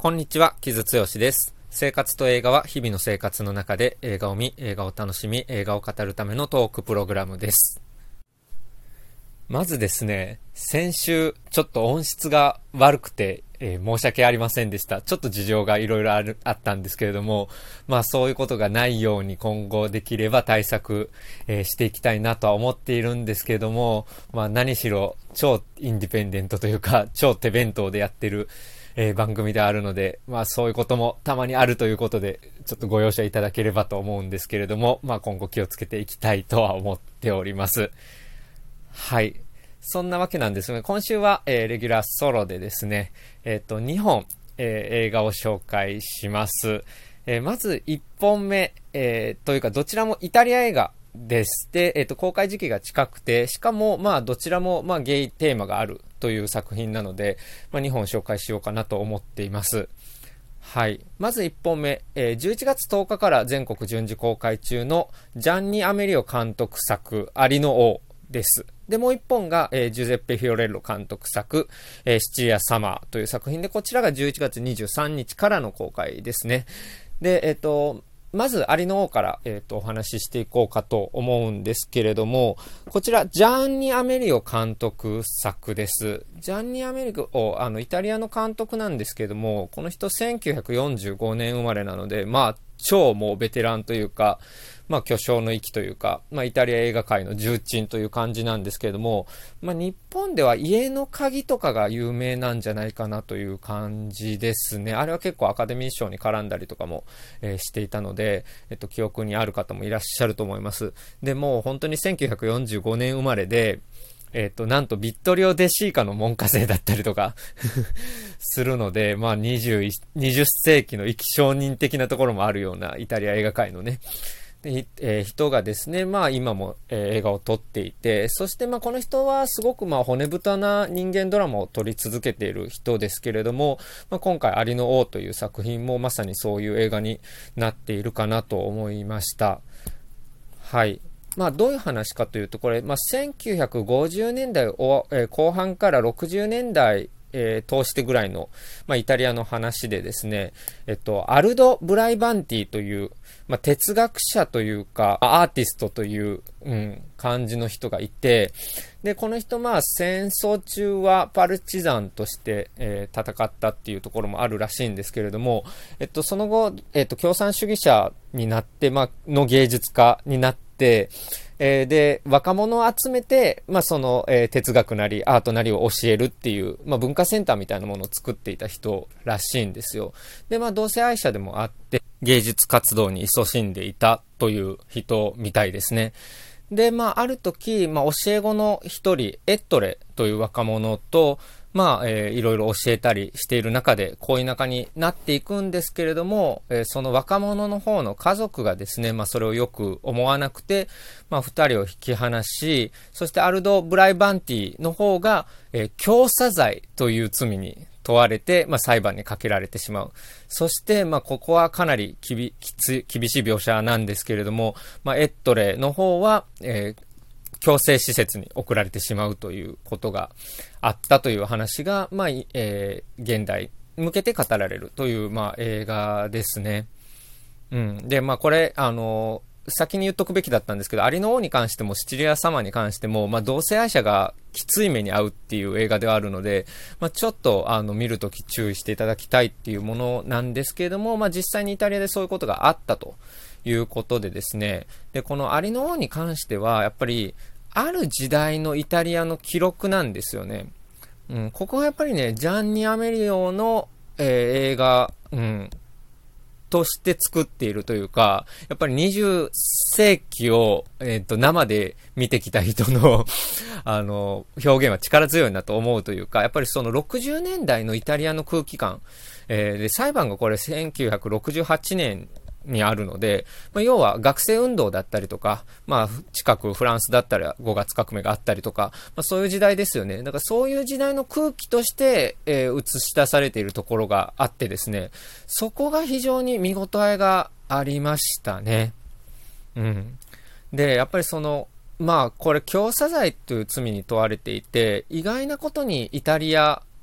こんにちは、木津剛です。生活と映画は日々の生活の中で映画を見、映画を楽しみ、映画を語るためのトークプログラムです。まずですね、先週ちょっと音質が悪くて、申し訳ありませんでした。ちょっと事情がいろいろあったんですけれども、そういうことがないように今後できれば対策、していきたいなとは思っているんですけれども、何しろ超インディペンデントというか超手弁当でやってる番組であるので、そういうこともたまにあるということで、ちょっとご容赦いただければと思うんですけれども、今後気をつけていきたいとは思っております。はい。そんなわけなんですが、今週は、レギュラーソロでですね、2本、映画を紹介します。まず1本目、というかどちらもイタリア映画です。で、公開時期が近くて、しかも、どちらも、ゲイテーマがあるという作品なので、2本紹介しようかなと思っています。はい。まず1本目、11月10日から全国順次公開中のジャンニ・アメリオ監督作、アリの王です。で、もう1本が、ジュゼッペ・フィオレッロ監督作、シチリア・サマーという作品で、こちらが11月23日からの公開ですね。で、まず、アリの王から、お話ししていこうかと思うんですけれども、こちら、ジャンニ・アメリオ監督作です。ジャンニ・アメリオ、イタリアの監督なんですけれども、この人1945年生まれなので、超もうベテランというか、巨匠の域というか、イタリア映画界の重鎮という感じなんですけれども、日本では家の鍵とかが有名なんじゃないかなという感じですね。あれは結構アカデミー賞に絡んだりとかも、していたので、記憶にある方もいらっしゃると思います。で、もう本当に1945年生まれで、なんとビットリオ・デ・シーカの門下生だったりとかするので、20世紀の生き証人的なところもあるようなイタリア映画界のね、人がですね、今も、映画を撮っていて、そしてこの人はすごく骨太な人間ドラマを撮り続けている人ですけれども、今回アリの王という作品もまさにそういう映画になっているかなと思いました。はい。どういう話かというと、これ、1950年代後半から60年代通してぐらいの、イタリアの話でですね、アルド・ブライバンティという、哲学者というか、アーティストという、感じの人がいて、で、この人、戦争中はパルチザンとして、戦ったっていうところもあるらしいんですけれども、その後、共産主義者になって、の芸術家になって、で、若者を集めて、哲学なりアートなりを教えるっていう、文化センターみたいなものを作っていた人らしいんですよ。で、同性愛者でもあって、芸術活動に勤しんでいたという人みたいですね。で、ある時、教え子の一人、エットレという若者と、いろいろ教えたりしている中で恋仲になっていくんですけれども、その若者の方の家族がですね、それをよく思わなくて、二人を引き離し、そしてアルド・ブライバンティの方が、教唆罪という罪に問われて、裁判にかけられてしまう。そして、ここはかなり厳しい描写なんですけれども、エットレの方は、強制施設に送られてしまうということがあったという話が、現代に向けて語られるという、映画ですね。で、これ、先に言っとくべきだったんですけど、アリの王に関してもシチリア様に関しても、同性愛者がきつい目に遭うっていう映画ではあるので、ちょっと見るとき注意していただきたいっていうものなんですけれども、実際にイタリアでそういうことがあったということでですね、で、このアリの王に関しては、やっぱり、ある時代のイタリアの記録なんですよね。ここがやっぱりね、ジャンニ・アメリオの、映画、として作っているというか、やっぱり20世紀を、生で見てきた人の表現は力強いなと思うというか、やっぱりその60年代のイタリアの空気感、で、裁判がこれ1968年にあるので、要は学生運動だったりとか、近くフランスだったら5月革命があったりとか、そういう時代ですよね。だからそういう時代の空気として、映し出されているところがあってですね、そこが非常に見応えがありましたね。で、やっぱりこれ、教唆罪という罪に問われていて、意外なことにイタリア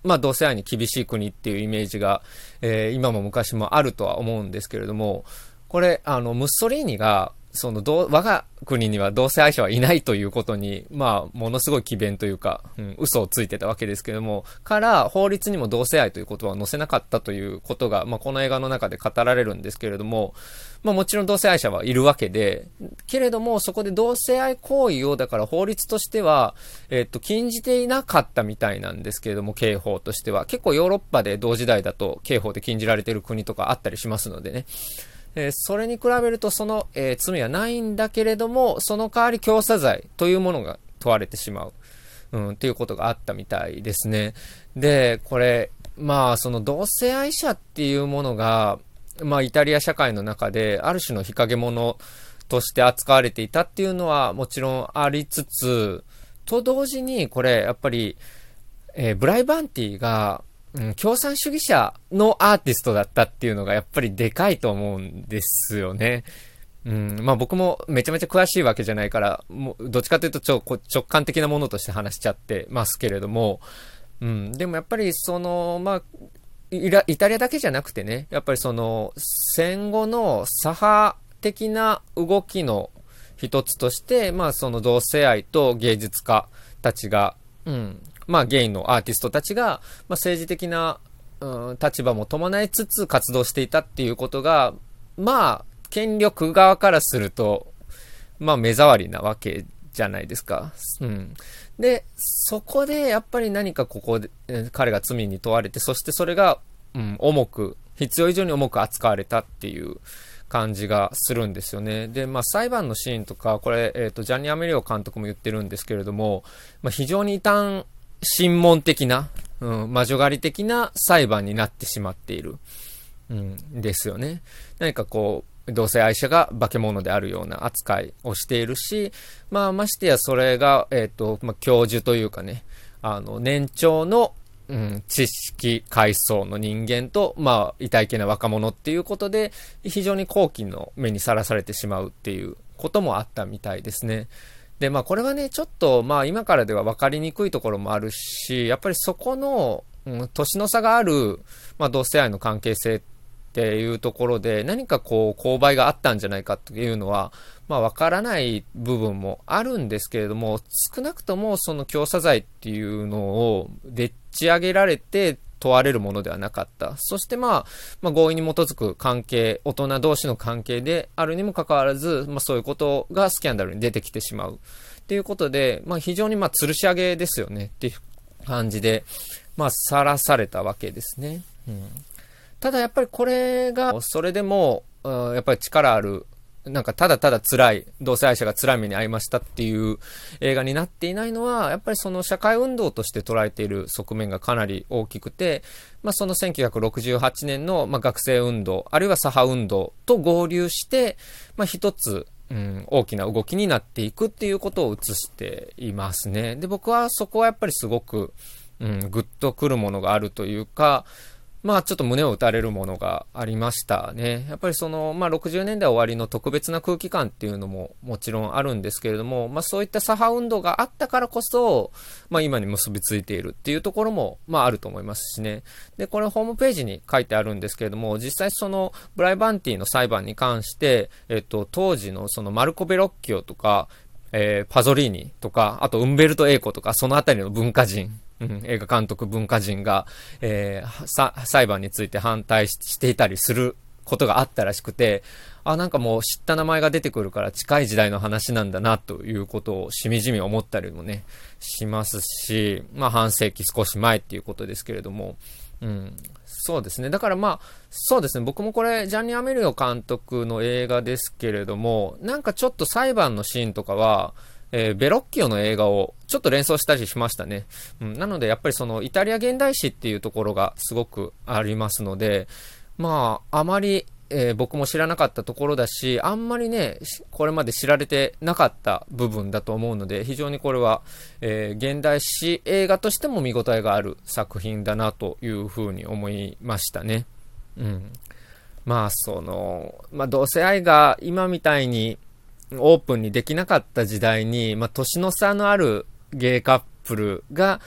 まあ同性愛に厳しい国っていうイメージが、今も昔もあるとは思うんですけれども、これ、ムッソリーニが、我が国には同性愛者はいないということに、まあ、ものすごい詭弁というか、嘘をついてたわけですけれども、から法律にも同性愛という言葉を載せなかったということが、まあ、この映画の中で語られるんですけれども、まあ、もちろん同性愛者はいるわけで、けれども、そこで同性愛行為を、だから法律としては、禁じていなかったみたいなんですけれども、刑法としては。結構ヨーロッパで同時代だと刑法で禁じられている国とかあったりしますのでね。それに比べると罪はないんだけれども、その代わり教唆罪というものが問われてしまう、っていうことがあったみたいですね。で、これ、まあ、同性愛者っていうものが、まあ、イタリア社会の中で、ある種の日陰者として扱われていたっていうのはもちろんありつつ、と同時に、これ、やっぱり、ブライバンティが、共産主義者のアーティストだったっていうのがやっぱりでかいと思うんですよね。まあ僕もめちゃめちゃ詳しいわけじゃないから、もうどっちかというと直感的なものとして話しちゃってますけれども、でもやっぱりまあ、イタリアだけじゃなくてね、やっぱり戦後の左派的な動きの一つとして、まあ同性愛と芸術家たちが、まあゲイのアーティストたちが、まあ政治的な、立場も伴いつつ活動していたっていうことが、まあ権力側からすると、まあ目障りなわけじゃないですか。で、そこでやっぱり何かここで、彼が罪に問われて、そしてそれが、必要以上に重く扱われたっていう感じがするんですよね。で、まあ裁判のシーンとか、これ、ジャンニ・アメリオ監督も言ってるんですけれども、まあ非常に異端審問的な、魔女狩り的な裁判になってしまっている、ですよね。何かこう、同性愛者が化け物であるような扱いをしているし、まあましてやそれが、まあ教授というかね、年長の、知識階層の人間と、まあ、痛いけな若者っていうことで、非常に好奇の目にさらされてしまうっていうこともあったみたいですね。で、まあこれはね、ちょっとまあ今からでは分かりにくいところもあるし、やっぱりそこの、年の差がある、まあ同性愛の関係性っていうところで何かこう勾配があったんじゃないかというのは、まあ分からない部分もあるんですけれども、少なくともその教唆罪っていうのをでっち上げられて問われるものではなかった。そしてまあ合意に基づく関係、大人同士の関係であるにもかかわらず、まあそういうことがスキャンダルに出てきてしまう。っていうことで、まあ非常にまあ吊るし上げですよねっていう感じで、まあさらされたわけですね。ただやっぱりこれが、それでも、やっぱり力ある、なんかただただ辛い、同性愛者が辛い目に遭いましたっていう映画になっていないのは、やっぱりその社会運動として捉えている側面がかなり大きくて、まあその1968年の、まあ、学生運動、あるいは左派運動と合流して、まあ一つ、大きな動きになっていくっていうことを映していますね。で、僕はそこはやっぱりすごく、グッとくるものがあるというか、まあちょっと胸を打たれるものがありましたね。やっぱりまあ60年代終わりの特別な空気感っていうのももちろんあるんですけれども、まあそういった左派運動があったからこそ、まあ今に結びついているっていうところもまああると思いますしね。で、これホームページに書いてあるんですけれども、実際ブライバンティの裁判に関して、当時のマルコ・ベロッキオとか、パゾリーニとか、あとウンベルト・エーコとか、そのあたりの文化人、映画監督文化人が、裁判について反対していたりすることがあったらしくて、なんかもう知った名前が出てくるから近い時代の話なんだなということをしみじみ思ったりもね、しますし、まあ半世紀少し前っていうことですけれども、そうですね。だからまあ、そうですね。僕もこれ、ジャンニ・アメリオ監督の映画ですけれども、なんかちょっと裁判のシーンとかは、ベロッキオの映画をちょっと連想したりしましたね。なのでやっぱりイタリア現代史っていうところがすごくありますので、まあ、あまり、僕も知らなかったところだし、あんまりね、これまで知られてなかった部分だと思うので、非常にこれは、現代史映画としても見応えがある作品だなというふうに思いましたね。まあ、まあ、同性愛が今みたいにオープンにできなかった時代に、まあ、年の差のあるゲイカップルが、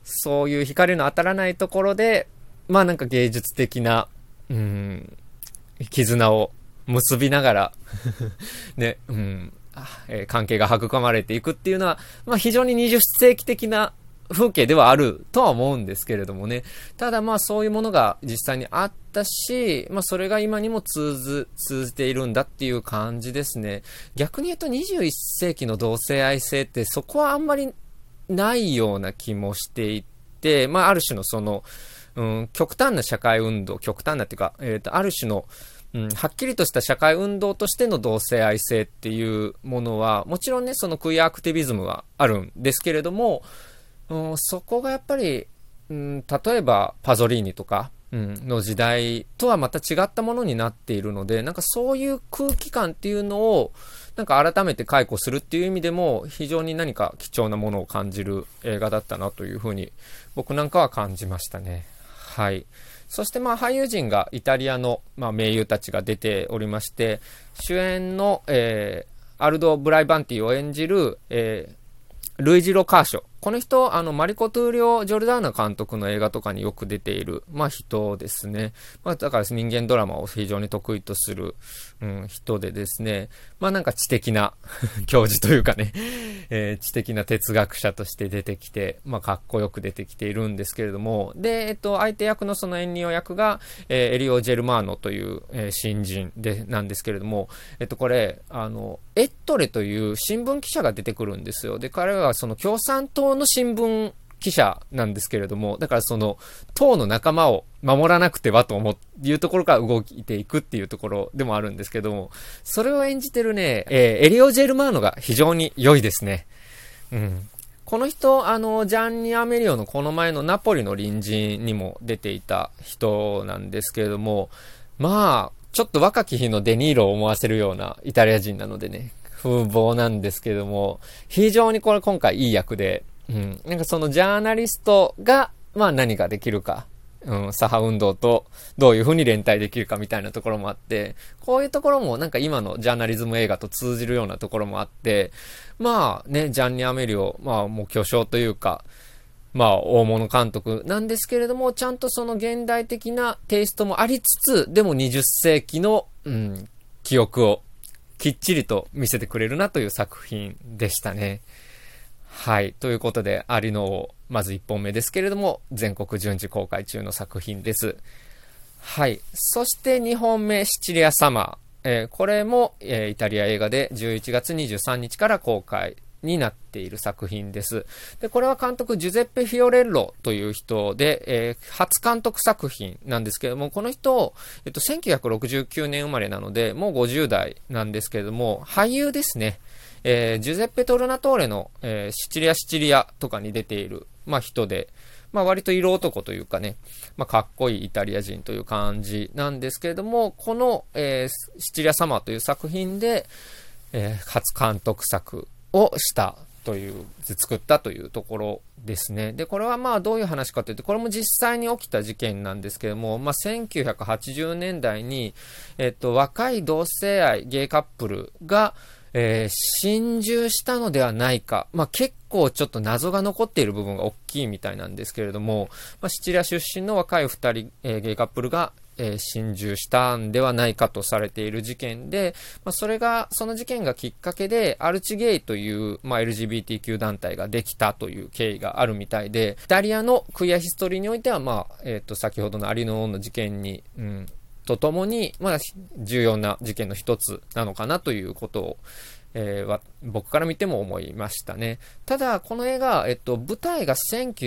そういう光の当たらないところで、まあなんか芸術的な、絆を結びながら、ね、関係が育まれていくっていうのは、まあ非常に20世紀的な風景ではあるとは思うんですけれどもね。ただまあそういうものが実際にあったし、まあそれが今にも通じているんだっていう感じですね。逆に言うと21世紀の同性愛性ってそこはあんまりないような気もしていて、まあある種のその、極端な社会運動、極端なっていうか、ある種のはっきりとした社会運動としての同性愛性っていうものは、もちろんね、そのクイアアクティビズムはあるんですけれども、そこがやっぱり、例えばパゾリーニとか、の時代とはまた違ったものになっているので、なんかそういう空気感っていうのを、なんか改めて回顧するっていう意味でも、非常に何か貴重なものを感じる映画だったなというふうに、僕なんかは感じましたね。はい。そしてまあ俳優陣がイタリアの、まあ、名優たちが出ておりまして、主演の、アルド・ブライバンティを演じる、ルイジロ・カーショ。この人、マリコ・トゥーリオ・ジョルダーナ監督の映画とかによく出ている、まあ人ですね。まあだから人間ドラマを非常に得意とする、人でですね。まあなんか知的な教授というかね、知的な哲学者として出てきて、まあかっこよく出てきているんですけれども、で、相手役のそのエンニオ役が、エリオ・ジェルマーノという、新人なんですけれども、これ、エットレという新聞記者が出てくるんですよ。で、彼はその共産党の新聞記者なんですけれども、だからその党の仲間を守らなくてはというところから動いていくっていうところでもあるんですけども、それを演じてるね、エリオ・ジェルマーノが非常に良いですね。この人、ジャンニ・アメリオのこの前のナポリの隣人にも出ていた人なんですけれども、まあ、ちょっと若き日のデニーロを思わせるようなイタリア人なのでね、風貌なんですけれども、非常にこれ今回いい役で、なんかそのジャーナリストが、まあ何ができるか、左派運動とどういうふうに連帯できるかみたいなところもあって、こういうところもなんか今のジャーナリズム映画と通じるようなところもあって、まあね、ジャンニ・アメリオ、まあもう巨匠というか、まあ大物監督なんですけれども、ちゃんとその現代的なテイストもありつつ、でも20世紀の、記憶をきっちりと見せてくれるなという作品でしたね。はい。ということで、アリノをまず1本目ですけれども、全国順次公開中の作品です。はい。そして2本目、シチリアサマー。これも、イタリア映画で11月23日から公開になっている作品です。で、これは監督ジュゼッペ・フィオレッロという人で、初監督作品なんですけれども、この人、1969年生まれなので、もう50代なんですけれども、俳優ですね。ジュゼッペ・トルナトーレの、シチリアとかに出ている、まあ人で、まあ割と色男というかね、まあかっこいいイタリア人という感じなんですけれども、この、シチリアサマーという作品で、初監督作をしたという、作ったというところですね。で、これはまあどういう話かというと、これも実際に起きた事件なんですけども、まあ1980年代に、若い同性愛ゲイカップルが、心中したのではないか。まあ、結構ちょっと謎が残っている部分が大きいみたいなんですけれども、まあ、シチリア出身の若い二人、ゲイカップルが、心中したんではないかとされている事件で、まあ、その事件がきっかけで、アルチゲイという、まあ、LGBTQ 団体ができたという経緯があるみたいで、イタリアのクイアヒストリーにおいては、まあ、先ほどのアリノーンの事件に、とともに、まあ、重要な事件の一つなのかなということを、僕から見ても思いましたね。ただ、この映画、舞台が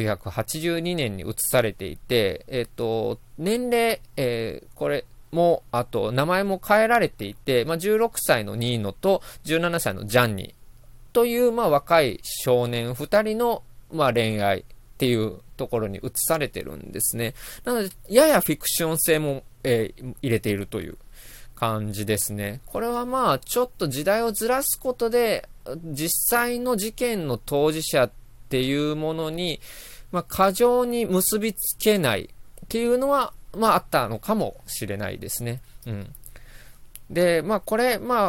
1982年に移されていて、年齢、これも、あと、名前も変えられていて、まあ、16歳のニーノと17歳のジャンニという、まあ、若い少年2人の、まあ、恋愛っていうところに移されてるんですね。なので、ややフィクション性も、入れているという感じですね。これはまあ、ちょっと時代をずらすことで、実際の事件の当事者っていうものに、まあ、過剰に結びつけないっていうのは、まあ、あったのかもしれないですね。で、まあ、これ、まあ、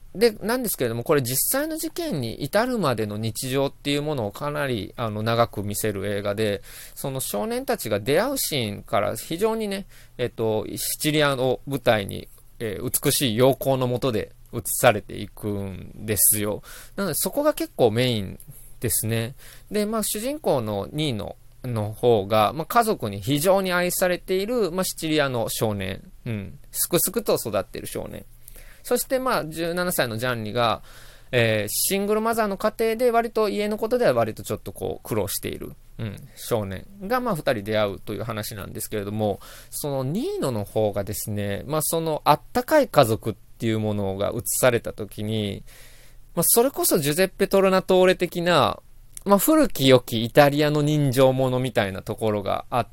で、なんですけれども、これ実際の事件に至るまでの日常っていうものをかなり長く見せる映画で、その少年たちが出会うシーンから非常にね、シチリアを舞台に、美しい陽光の下で映されていくんですよ。なのでそこが結構メインですね。で、主人公のニーノの方が、家族に非常に愛されている、シチリアの少年、すくすくと育っている少年。そして17歳のジャンリが、シングルマザーの家庭で割と家のことでは割とちょっと苦労している、少年が二人出会うという話なんですけれども、そのニーノの方がですね、そのあったかい家族っていうものが映された時に、それこそジュゼッペ・トルナトーレ的な、古き良きイタリアの人情ものみたいなところがあって、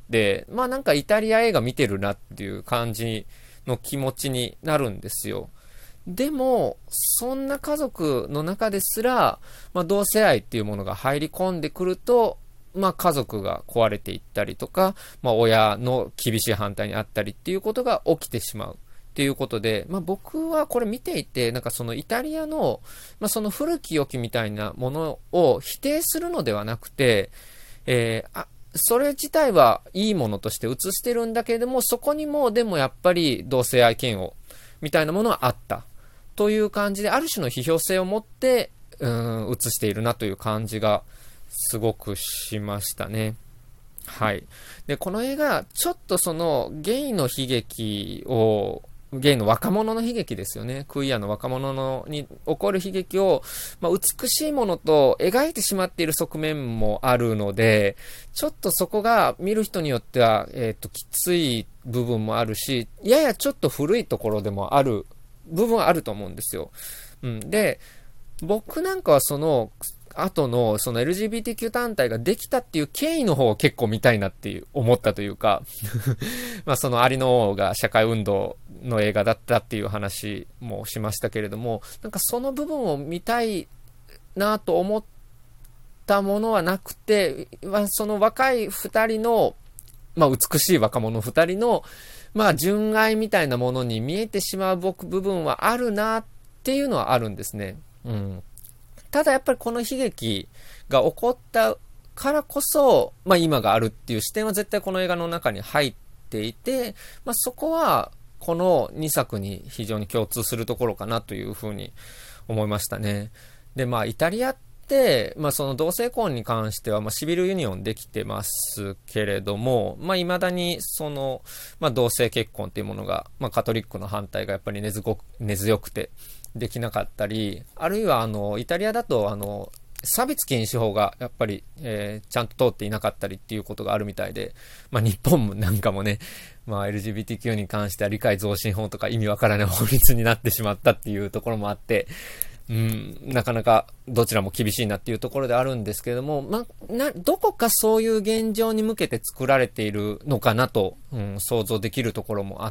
なんかイタリア映画見てるなっていう感じの気持ちになるんですよ。でも、そんな家族の中ですら、同性愛っていうものが入り込んでくると、家族が壊れていったりとか、親の厳しい反対にあったりっていうことが起きてしまうっていうことで、僕はこれ見ていて、なんかそのイタリアの、その古き良きみたいなものを否定するのではなくて、それ自体はいいものとして映してるんだけれども、そこにもでもやっぱり同性愛嫌悪みたいなものはあった。という感じで、ある種の批評性を持って、映しているなという感じがすごくしましたね。はい。で、この映画、ちょっとそのゲイの悲劇を、ゲイの若者の悲劇ですよね。クイアの若者のに起こる悲劇を、美しいものと描いてしまっている側面もあるので、ちょっとそこが見る人によっては、きつい部分もあるし、ややちょっと古いところでもある部分はあると思うんですよ。で、僕なんかはその後のその LGBTQ 団体ができたっていう経緯の方を結構見たいなって思ったというかそのアリの王が社会運動の映画だったっていう話もしましたけれども、なんかその部分を見たいなと思ったものはなくて、その若い二人の、美しい若者二人の純愛みたいなものに見えてしまう部分はあるなっていうのはあるんですね。ただやっぱりこの悲劇が起こったからこそ、今があるっていう視点は絶対この映画の中に入っていて、そこはこの2作に非常に共通するところかなというふうに思いましたね。で、イタリアって、その同性婚に関しては、シビルユニオンできてますけれども、未だにその、同性結婚っていうものが、カトリックの反対がやっぱり根強くてできなかったり、あるいはイタリアだと差別禁止法がやっぱり、ちゃんと通っていなかったりっていうことがあるみたいで、日本なんかもね、LGBTQ に関しては理解増進法とか意味わからない法律になってしまったっていうところもあって、なかなかどちらも厳しいなっていうところであるんですけれども、どこかそういう現状に向けて作られているのかなと、想像できるところもあって、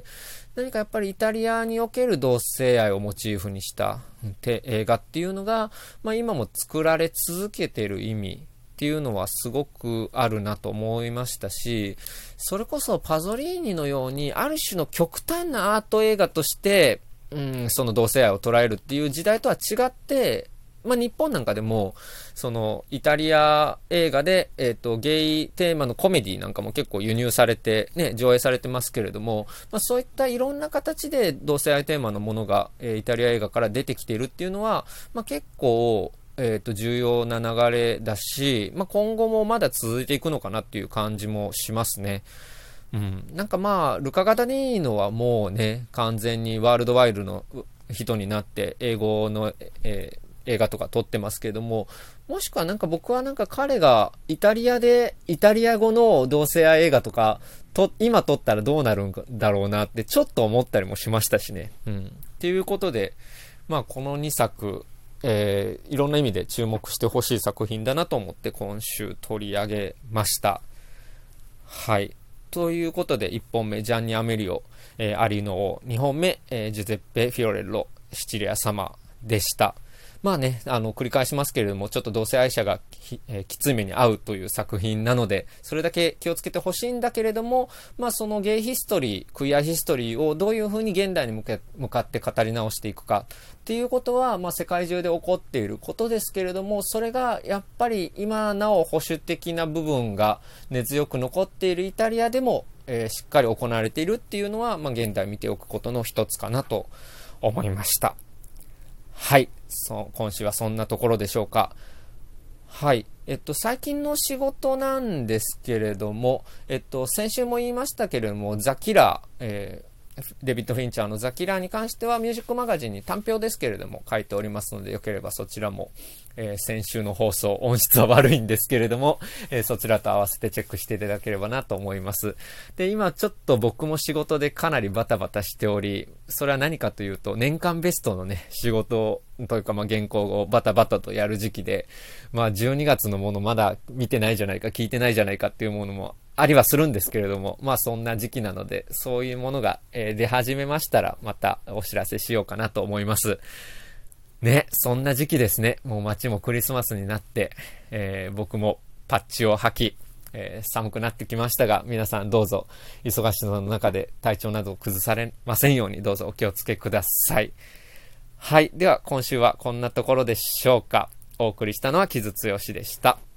何かやっぱりイタリアにおける同性愛をモチーフにした映画っていうのが、今も作られ続けている意味っていうのはすごくあるなと思いましたし、それこそパゾリーニのようにある種の極端なアート映画としてその同性愛を捉えるっていう時代とは違って、日本なんかでも、そのイタリア映画で、ゲイテーマのコメディなんかも結構輸入されて、ね、上映されてますけれども、そういったいろんな形で同性愛テーマのものが、イタリア映画から出てきているっていうのは、結構、重要な流れだし、今後もまだ続いていくのかなっていう感じもしますね。なんかルカ・ガダニーノはもうね、完全にワールドワイドの人になって英語の、映画とか撮ってますけれども、もしくはなんか僕はなんか彼がイタリアでイタリア語の同性愛映画とか今撮ったらどうなるんだろうなってちょっと思ったりもしましたしね。っていうことで、この2作、いろんな意味で注目してほしい作品だなと思って今週取り上げました。はい。ということで、1本目、ジャンニ・アメリオ、アリの王、2本目、ジュゼッペ・フィオレッロ、シチリア様でした。 まあね、繰り返しますけれども、ちょっと同性愛者がきつい目に遭うという作品なので、それだけ気をつけてほしいんだけれども、まあそのゲイヒストリー、クイアヒストリーをどういうふうに現代に向かって語り直していくかっていうことは、まあ世界中で起こっていることですけれども、それがやっぱり今なお保守的な部分が根強く残っているイタリアでも、しっかり行われているっていうのは、まあ現代見ておくことの一つかなと思いました。はい。今週はそんなところでしょうか。はい。最近の仕事なんですけれども、先週も言いましたけれども、ザ・キラー、デビッド・フィンチャーのザ・キラーに関してはミュージックマガジンに短評ですけれども書いておりますので、よければそちらも、先週の放送、音質は悪いんですけれども、そちらと合わせてチェックしていただければなと思います。で、今ちょっと僕も仕事でかなりバタバタしており、それは何かというと、年間ベストのね、仕事というか、まあ、原稿をバタバタとやる時期で、まあ、12月のものまだ見てないじゃないか、聞いてないじゃないかっていうものもありはするんですけれども、まあそんな時期なので、そういうものが出始めましたら、またお知らせしようかなと思います。ね、そんな時期ですね。もう街もクリスマスになって、僕もパッチを履き、寒くなってきましたが、皆さんどうぞ忙しさの中で体調などを崩されませんようにどうぞお気をつけください。はい。では今週はこんなところでしょうか。お送りしたのは木津剛でした。